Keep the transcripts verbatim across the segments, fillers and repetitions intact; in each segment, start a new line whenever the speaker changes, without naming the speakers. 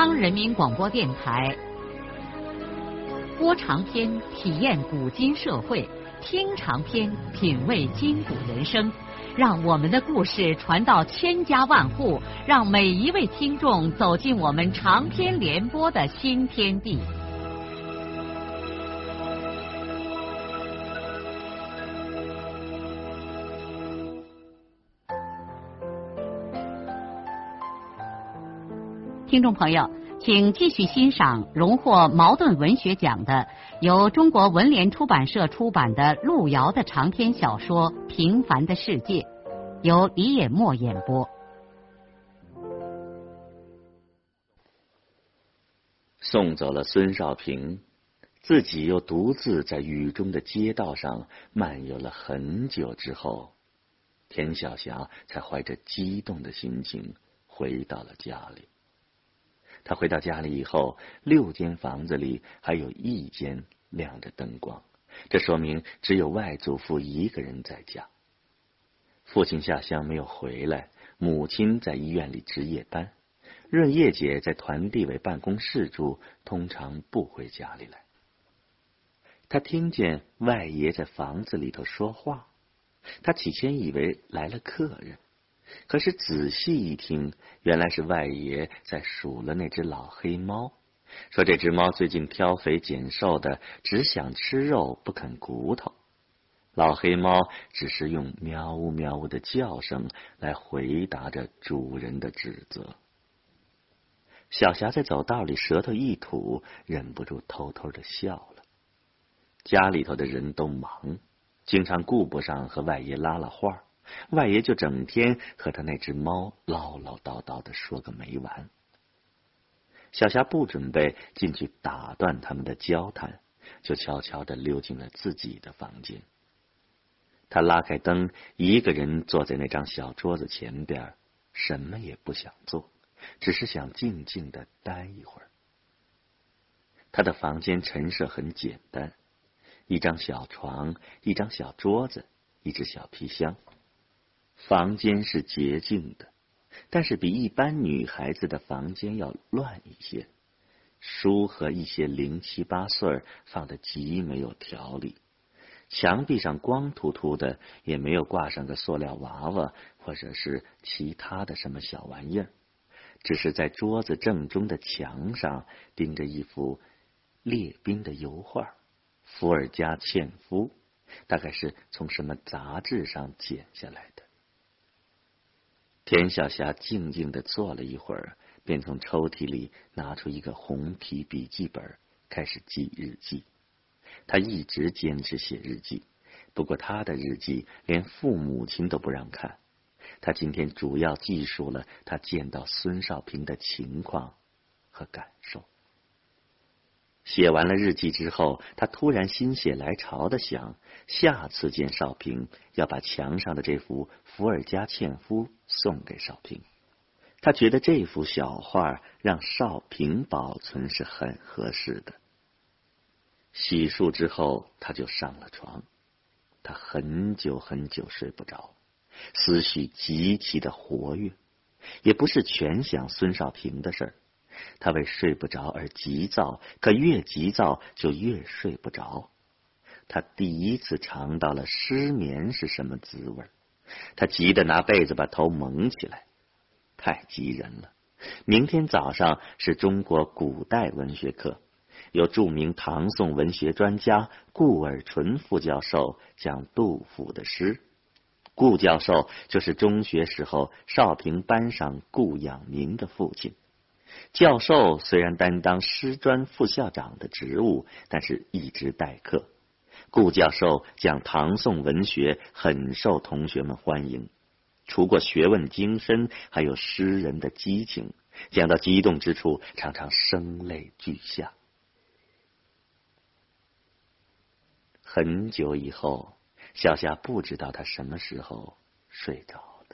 央人民广播电台播长篇，体验古今社会；听长篇，品味今古人生。让我们的故事传到千家万户，让每一位听众走进我们长篇联播的新天地。听众朋友，请继续欣赏荣获茅盾文学奖的由中国文联出版社出版的路遥的长篇小说《平凡的世界》，由李野墨演播。
送走了孙少平，自己又独自在雨中的街道上漫游了很久之后，田晓霞才怀着激动的心情回到了家里。他回到家里以后，六间房子里还有一间亮着灯光，这说明只有外祖父一个人在家。父亲下乡没有回来，母亲在医院里值夜班，润叶姐在团地委办公室住，通常不回家里来。他听见外爷在房子里头说话，他起先以为来了客人，可是仔细一听，原来是外爷在数了那只老黑猫，说这只猫最近挑肥拣瘦的，只想吃肉不肯骨头。老黑猫只是用喵呜喵呜的叫声来回答着主人的指责。小霞在走道里舌头一吐，忍不住偷偷的笑了。家里头的人都忙，经常顾不上和外爷拉拉话，外爷就整天和他那只猫唠唠叨叨的说个没完。小霞不准备进去打断他们的交谈，就悄悄地溜进了自己的房间。他拉开灯，一个人坐在那张小桌子前边，什么也不想做，只是想静静地待一会儿。他的房间陈设很简单，一张小床，一张小桌子，一只小皮箱。房间是洁净的，但是比一般女孩子的房间要乱一些，书和一些零七八碎放得极没有条理，墙壁上光秃秃的，也没有挂上个塑料娃娃或者是其他的什么小玩意儿，只是在桌子正中的墙上钉着一幅列兵的油画，伏尔加纤夫，大概是从什么杂志上剪下来的。田晓霞静静地坐了一会儿，便从抽屉里拿出一个红皮笔记本，开始记日记。他一直坚持写日记，不过他的日记连父母亲都不让看。他今天主要记述了他见到孙少平的情况和感受。写完了日记之后，他突然心血来潮的想，下次见少平要把墙上的这幅伏尔加纤夫送给少平。他觉得这幅小画让少平保存是很合适的。洗漱之后，他就上了床。他很久很久睡不着，思绪极其的活跃，也不是全想孙少平的事儿。他为睡不着而急躁，可越急躁就越睡不着。他第一次尝到了失眠是什么滋味，他急得拿被子把头蒙起来。太急人了！明天早上是中国古代文学课，由著名唐宋文学专家顾尔纯副教授讲杜甫的诗。顾教授就是中学时候少平班上顾养民的父亲。教授虽然担当师专副校长的职务，但是一直代课。顾教授讲唐宋文学很受同学们欢迎，除过学问精深，还有诗人的激情，讲到激动之处，常常声泪俱下。很久以后，小霞不知道他什么时候睡着的。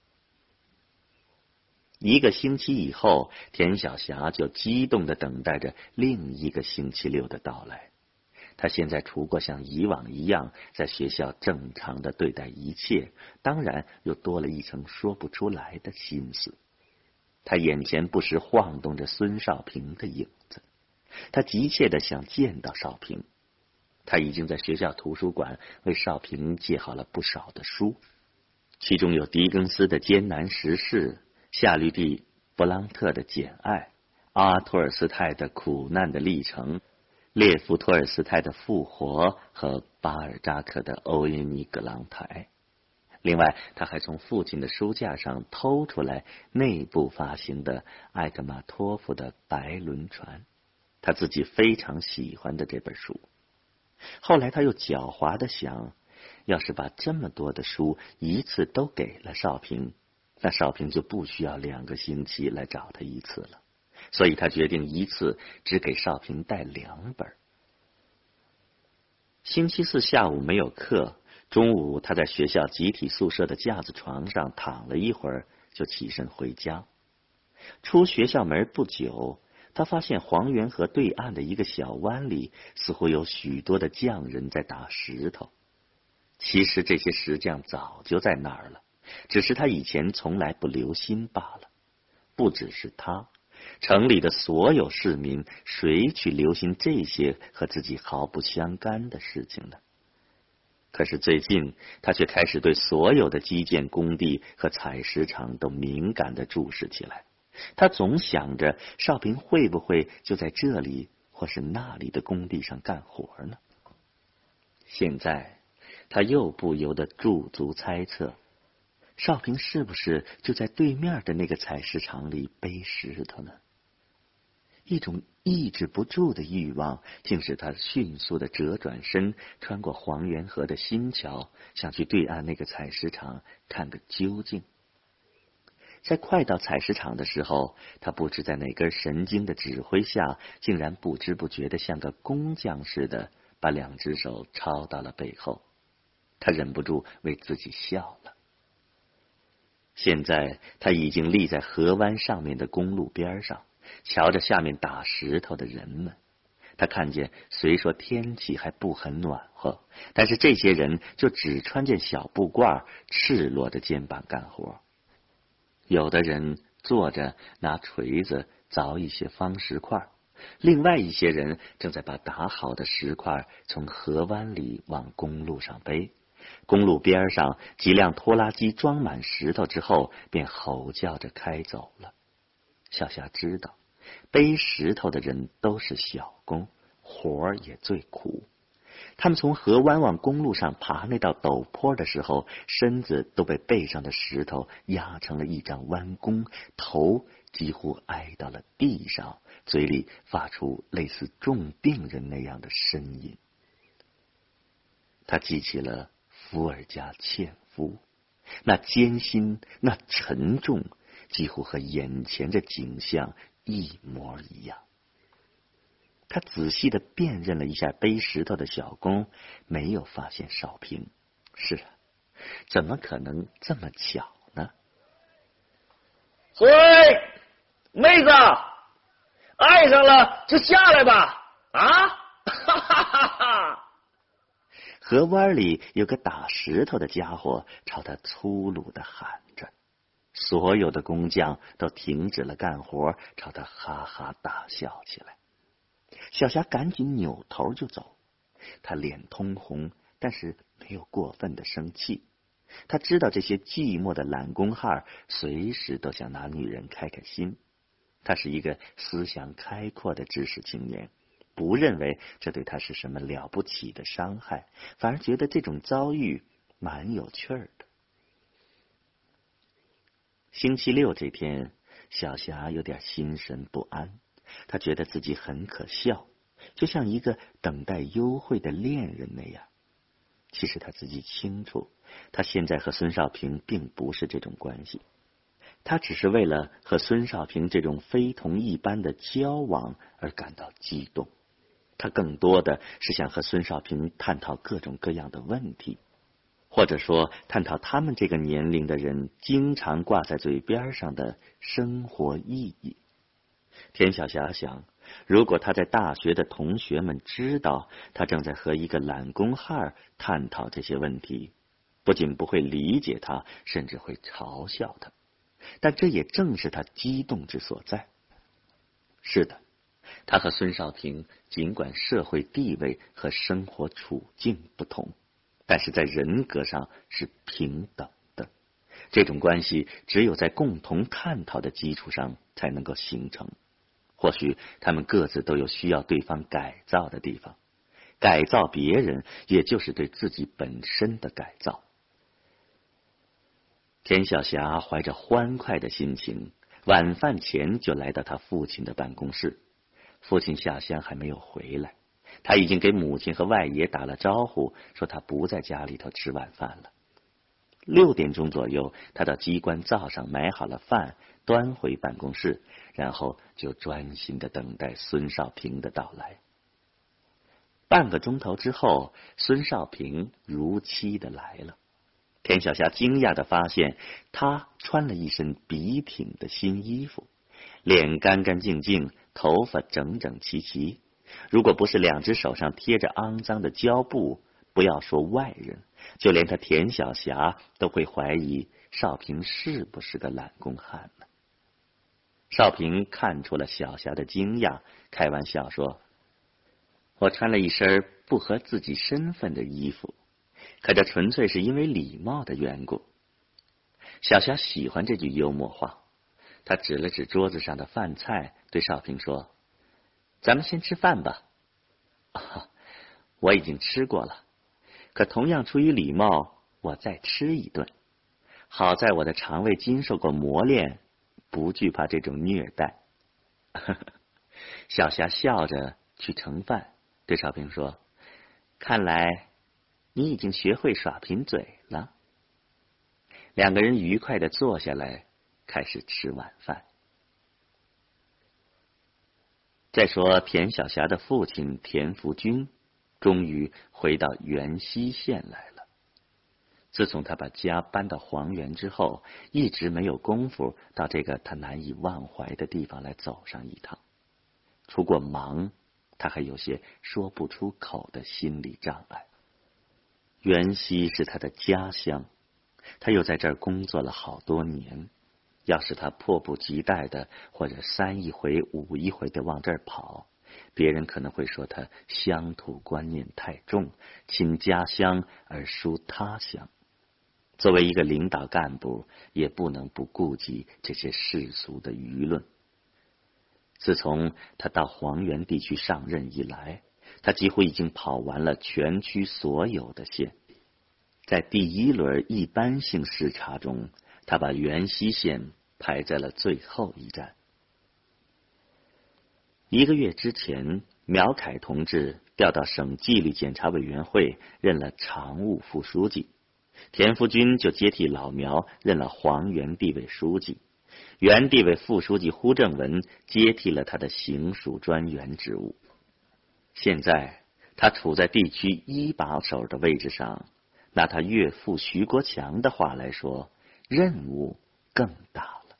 一个星期以后，田晓霞就激动地等待着另一个星期六的到来。他现在除过像以往一样在学校正常的对待一切，当然又多了一层说不出来的心思。 他眼前不时晃动着孙少平的影子，他急切地想见到少平。他已经在学校图书馆为少平借好了不少的书，其中有狄更斯的《艰难时事》，夏绿蒂·勃朗特的《简爱》，阿托尔斯泰的《苦难的历程》，列夫·托尔斯泰的《复活》和巴尔扎克的《欧耶尼葛朗台》。另外，他还从父亲的书架上偷出来内部发行的艾克马托夫的《白轮船》，他自己非常喜欢的这本书。后来他又狡猾地想，要是把这么多的书一次都给了少平，那少平就不需要两个星期来找他一次了。所以他决定一次只给少平带两本。星期四下午没有课，中午他在学校集体宿舍的架子床上躺了一会儿，就起身回家。出学校门不久，他发现黄源河对岸的一个小湾里似乎有许多的匠人在打石头。其实这些石匠早就在那儿了，只是他以前从来不留心罢了。不只是他，城里的所有市民，谁去留心这些和自己毫不相干的事情呢？可是最近，他却开始对所有的基建工地和采石场都敏感地注视起来。他总想着少平会不会就在这里或是那里的工地上干活呢？现在他又不由得驻足猜测，少平是不是就在对面的那个采石场里背石头呢？一种抑制不住的欲望竟使他迅速地折转身，穿过黄源河的新桥，想去对岸那个采石场看个究竟。在快到采石场的时候，他不知在哪根神经的指挥下，竟然不知不觉地像个工匠似的把两只手抄到了背后。他忍不住为自己笑了。现在他已经立在河湾上面的公路边上，瞧着下面打石头的人们。他看见虽说天气还不很暖和，但是这些人就只穿件小布褂，赤裸着肩膀干活。有的人坐着拿锤子凿一些方石块，另外一些人正在把打好的石块从河湾里往公路上背。公路边上几辆拖拉机装满石头之后，便吼叫着开走了。小霞知道，背石头的人都是小工，活儿也最苦。他们从河湾往公路上爬那道陡坡的时候，身子都被背上的石头压成了一张弯弓，头几乎挨到了地上，嘴里发出类似重病人那样的呻吟。他记起了伏尔加纤夫，那艰辛，那沉重，几乎和眼前的景象一模一样。他仔细地辨认了一下背石头的小工，没有发现少平。是啊，怎么可能这么巧呢？
所以，妹子，爱上了就下来吧！啊，哈哈哈哈！
河湾里有个打石头的家伙朝他粗鲁地喊着，所有的工匠都停止了干活，朝他哈哈大笑起来。小霞赶紧扭头就走，她脸通红，但是没有过分的生气。她知道这些寂寞的懒工汉随时都想拿女人开开心。她是一个思想开阔的知识青年，不认为这对她是什么了不起的伤害，反而觉得这种遭遇蛮有趣儿的。星期六这天，小霞有点心神不安。他觉得自己很可笑，就像一个等待幽会的恋人那样。其实他自己清楚，他现在和孙少平并不是这种关系，他只是为了和孙少平这种非同一般的交往而感到激动。他更多的是想和孙少平探讨各种各样的问题，或者说探讨他们这个年龄的人经常挂在嘴边上的生活意义。田晓霞想，如果他在大学的同学们知道他正在和一个懒工汉探讨这些问题，不仅不会理解他，甚至会嘲笑他。 但这也正是他激动之所在。是的，他和孙少平尽管社会地位和生活处境不同，但是在人格上是平等的。这种关系只有在共同探讨的基础上才能够形成。或许他们各自都有需要对方改造的地方，改造别人也就是对自己本身的改造。田晓霞怀着欢快的心情，晚饭前就来到他父亲的办公室。父亲下乡还没有回来，他已经给母亲和外爷打了招呼，说他不在家里头吃晚饭了。六点钟左右，他到机关灶上买好了饭，端回办公室，然后就专心的等待孙少平的到来。半个钟头之后，孙少平如期的来了。田晓霞惊讶的发现，他穿了一身笔挺的新衣服，脸干干净净，头发整整齐齐。如果不是两只手上贴着肮脏的胶布，不要说外人，就连他田晓霞都会怀疑少平是不是个懒工汉呢？少平看出了小霞的惊讶，开玩笑说：“我穿了一身不合自己身份的衣服，可这纯粹是因为礼貌的缘故。”小霞喜欢这句幽默话，他指了指桌子上的饭菜，对少平说：“咱们先吃饭吧。”啊，我已经吃过了，可同样出于礼貌，我再吃一顿。好在我的肠胃经受过磨练，不惧怕这种虐待。小霞笑着去盛饭，对少平说：“看来你已经学会耍贫嘴了。”两个人愉快的坐下来，开始吃晚饭。再说田晓霞的父亲田福军终于回到元溪县来了。自从他把家搬到黄原之后，一直没有功夫到这个他难以忘怀的地方来走上一趟。除过忙，他还有些说不出口的心理障碍。元溪是他的家乡，他又在这儿工作了好多年，要是他迫不及待的或者三一回五一回的往这儿跑，别人可能会说他乡土观念太重，亲家乡而疏他乡。作为一个领导干部，也不能不顾及这些世俗的舆论。自从他到黄原地区上任以来，他几乎已经跑完了全区所有的县。在第一轮一般性视察中，他把元溪县排在了最后一站。一个月之前，苗凯同志调到省纪律检查委员会任了常务副书记，田福军就接替老苗任了黄原地委书记，原地委副书记胡正文接替了他的行署专员职务。现在他处在地区一把手的位置上，拿他岳父徐国强的话来说，任务更大了。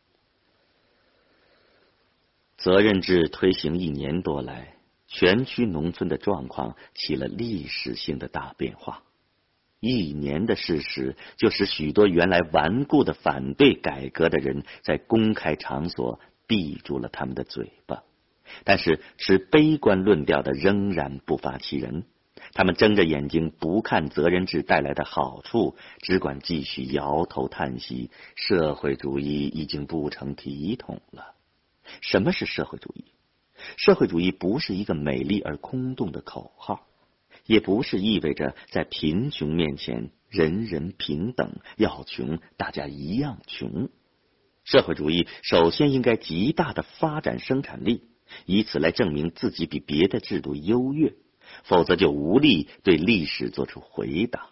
责任制推行一年多来，全区农村的状况起了历史性的大变化。一年的事实就使许多原来顽固的反对改革的人在公开场所闭住了他们的嘴巴，但是持悲观论调的仍然不乏其人。他们睁着眼睛不看责任制带来的好处，只管继续摇头叹息，社会主义已经不成体统了。什么是社会主义？社会主义不是一个美丽而空洞的口号，也不是意味着在贫穷面前人人平等，要穷大家一样穷。社会主义首先应该极大的发展生产力，以此来证明自己比别的制度优越，否则就无力对历史做出回答。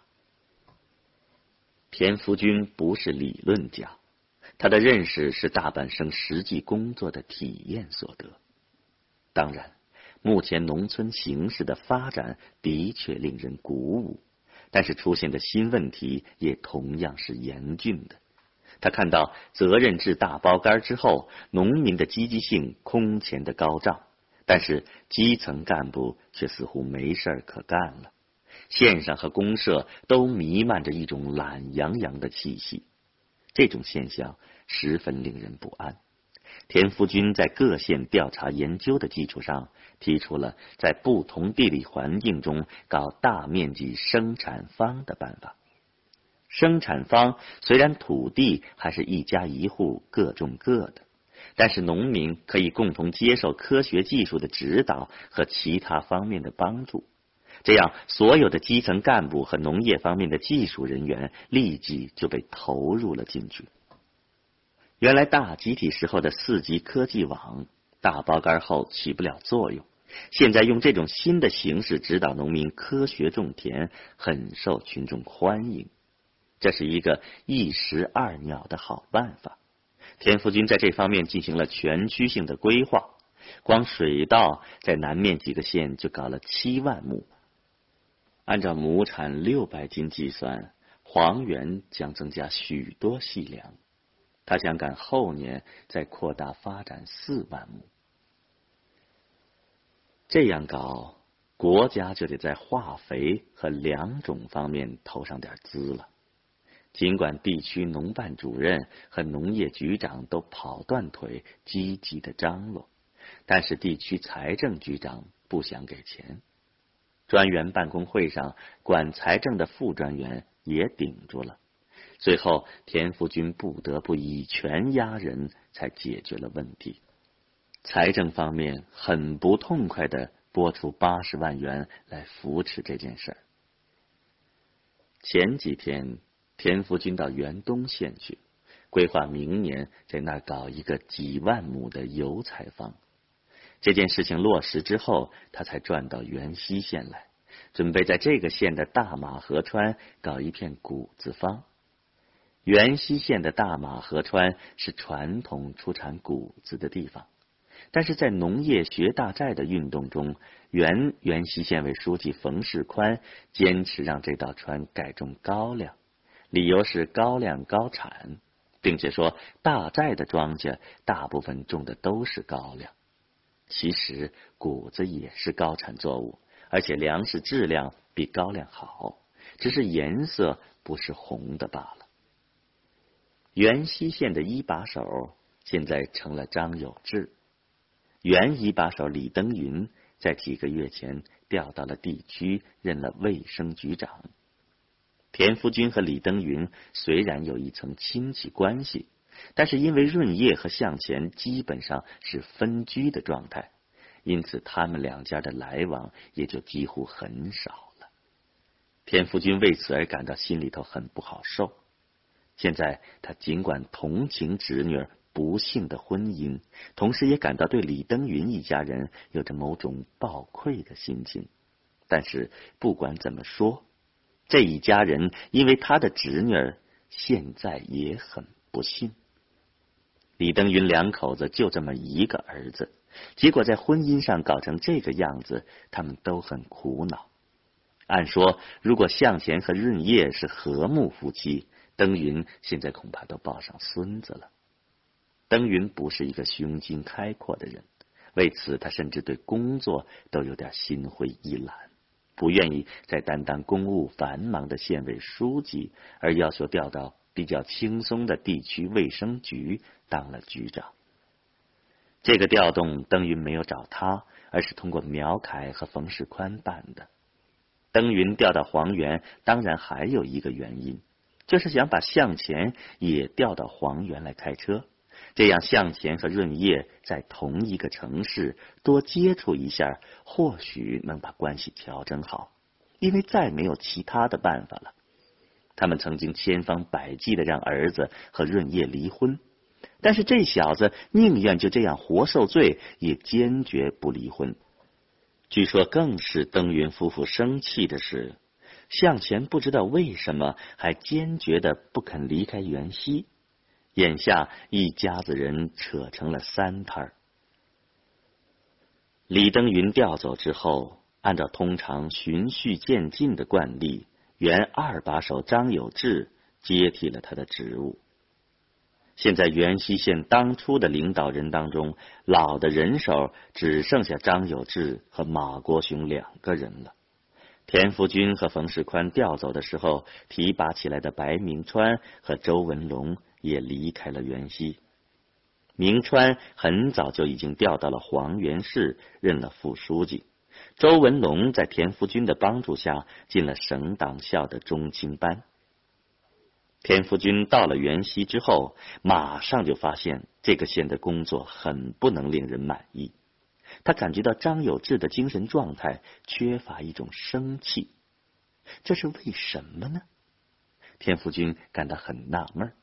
田福军不是理论家，他的认识是大半生实际工作的体验所得。当然，目前农村形势的发展的确令人鼓舞，但是出现的新问题也同样是严峻的。他看到责任制大包干之后，农民的积极性空前的高涨，但是基层干部却似乎没事可干了。县上和公社都弥漫着一种懒洋洋的气息。 这种现象十分令人不安。田福军在各县调查研究的基础上，提出了在不同地理环境中搞大面积生产坊的办法。生产坊虽然土地还是一家一户各种各的，但是农民可以共同接受科学技术的指导和其他方面的帮助，这样所有的基层干部和农业方面的技术人员立即就被投入了进去。原来大集体时候的四级科技网大包干后起不了作用，现在用这种新的形式指导农民科学种田，很受群众欢迎。这是一个一石二鸟的好办法。田福军在这方面进行了全区性的规划，光水稻在南面几个县就搞了七万亩。按照亩产六百斤计算，黄原将增加许多细粮。他想赶后年再扩大发展四万亩。这样搞，国家就得在化肥和粮种方面投上点资了。尽管地区农办主任和农业局长都跑断腿，积极的张罗，但是地区财政局长不想给钱。专员办公会上，管财政的副专员也顶住了。最后，田福军不得不以权压人，才解决了问题。财政方面很不痛快的拨出八十万元来扶持这件事儿。前几天，田福军到元东县去，规划明年在那儿搞一个几万亩的油菜坊。这件事情落实之后，他才转到元西县来，准备在这个县的大马河川搞一片谷子坊。元西县的大马河川是传统出产谷子的地方，但是在农业学大寨的运动中，原元西县委书记冯世宽坚持让这道川改种高粱，理由是高粱高产，并且说大寨的庄稼大部分种的都是高粱。其实谷子也是高产作物，而且粮食质量比高粱好，只是颜色不是红的罢了。元西县的一把手现在成了张有志，原一把手李登云在几个月前调到了地区，任了卫生局长。田福军和李登云虽然有一层亲戚关系，但是因为润叶和向前基本上是分居的状态，因此他们两家的来往也就几乎很少了。田福军为此而感到心里头很不好受。现在他尽管同情侄女不幸的婚姻，同时也感到对李登云一家人有着某种抱愧的心情。但是不管怎么说，这一家人因为他的侄女现在也很不幸。李登云两口子就这么一个儿子，结果在婚姻上搞成这个样子，他们都很苦恼。按说，如果向前和润叶是和睦夫妻，登云现在恐怕都抱上孙子了。登云不是一个胸襟开阔的人，为此他甚至对工作都有点心灰意懒，不愿意再担当公务繁忙的县委书记，而要求调到比较轻松的地区卫生局当了局长。这个调动登云没有找他，而是通过苗凯和冯世宽办的。登云调到黄原当然还有一个原因，就是想把向前也调到黄原来开车，这样向前和润叶在同一个城市多接触一下，或许能把关系调整好，因为再没有其他的办法了。他们曾经千方百计的让儿子和润叶离婚，但是这小子宁愿就这样活受罪，也坚决不离婚。据说更使登云夫妇生气的是，向前不知道为什么还坚决的不肯离开元西，眼下一家子人扯成了三摊儿。李登云调走之后，按照通常循序渐进的惯例，原二把手张有志接替了他的职务。现在元西县当初的领导人当中，老的人手只剩下张有志和马国雄两个人了。田福军和冯世宽调走的时候，提拔起来的白明川和周文龙也离开了袁熙。明川很早就已经调到了黄原市，任了副书记。周文龙在田福军的帮助下进了省党校的中青班。田福军到了袁熙之后，马上就发现这个县的工作很不能令人满意。他感觉到张有志的精神状态缺乏一种生气，这是为什么呢？田福军感到很纳闷。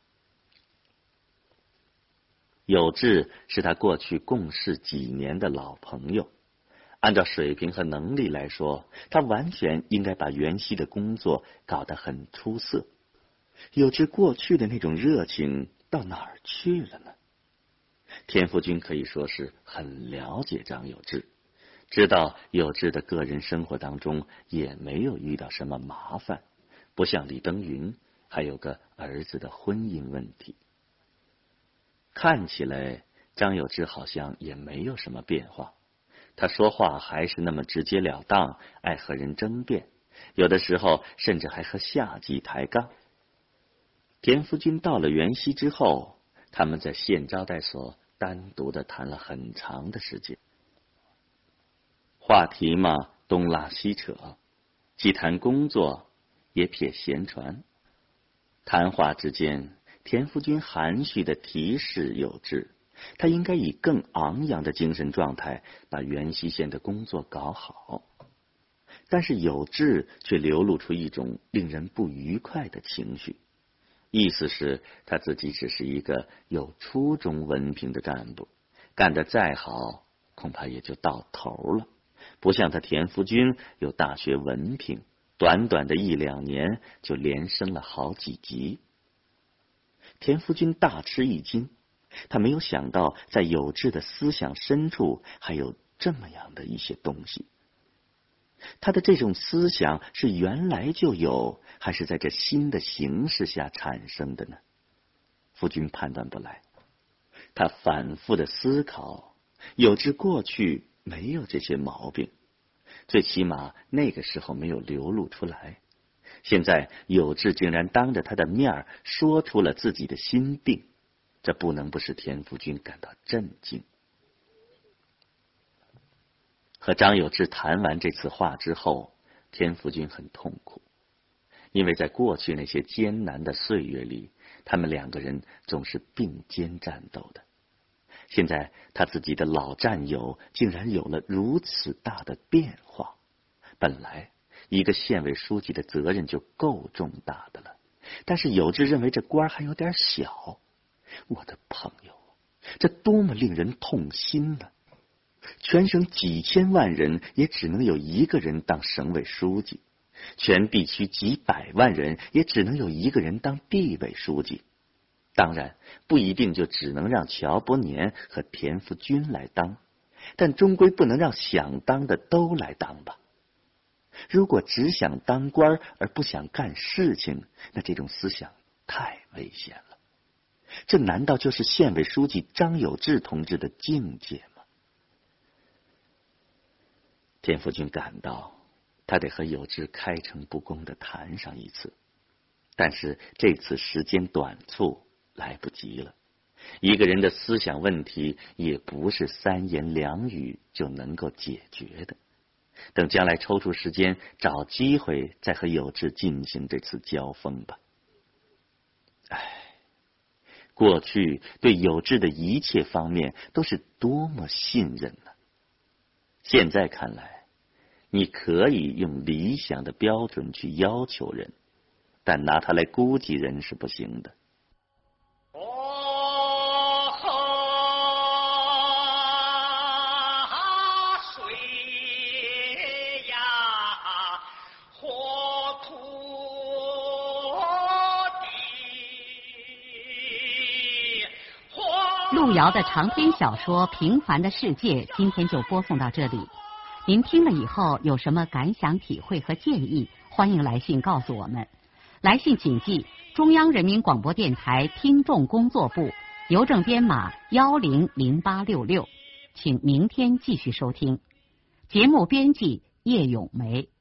有志是他过去共事几年的老朋友，按照水平和能力来说，他完全应该把袁熙的工作搞得很出色。有志过去的那种热情到哪儿去了呢？田福军可以说是很了解张有志，知道有志的个人生活当中也没有遇到什么麻烦，不像李登云还有个儿子的婚姻问题。看起来张有志好像也没有什么变化，他说话还是那么直截了当，爱和人争辩，有的时候甚至还和下级抬杠。田福军到了袁熙之后，他们在县招待所单独的谈了很长的时间，话题嘛东拉西扯，既谈工作也撇闲传。谈话之间，田福军含蓄的提示有志，他应该以更昂扬的精神状态把袁熙县的工作搞好。但是有志却流露出一种令人不愉快的情绪，意思是他自己只是一个有初中文凭的干部，干得再好恐怕也就到头了，不像他田福军有大学文凭，短短的一两年就连升了好几级。田福军大吃一惊，他没有想到在有志的思想深处还有这么样的一些东西。他的这种思想是原来就有，还是在这新的形势下产生的呢？福军判断不来。他反复的思考，有志过去没有这些毛病，最起码那个时候没有流露出来。现在有志竟然当着他的面说出了自己的心病，这不能不使田福军感到震惊。和张有志谈完这次话之后，田福军很痛苦，因为在过去那些艰难的岁月里，他们两个人总是并肩战斗的。现在他自己的老战友竟然有了如此大的变化，本来一个县委书记的责任就够重大的了，但是有志认为这官还有点小。我的朋友，这多么令人痛心呢！全省几千万人也只能有一个人当省委书记，全地区几百万人也只能有一个人当地委书记。当然不一定就只能让乔伯年和田福军来当，但终归不能让想当的都来当吧。如果只想当官而不想干事情，那这种思想太危险了。这难道就是县委书记张有志同志的境界吗？田福军感到他得和有志开诚布公的谈上一次，但是这次时间短促，来不及了。一个人的思想问题也不是三言两语就能够解决的，等将来抽出时间找机会再和有志进行这次交锋吧。唉，过去对有志的一切方面都是多么信任呢？现在看来，你可以用理想的标准去要求人，但拿它来估计人是不行的。
路遥的长篇小说《平凡的世界》今天就播送到这里。您听了以后有什么感想、体会和建议，欢迎来信告诉我们。来信请寄中央人民广播电台听众工作部，邮政编码幺零零八六六。请明天继续收听。节目编辑叶咏梅。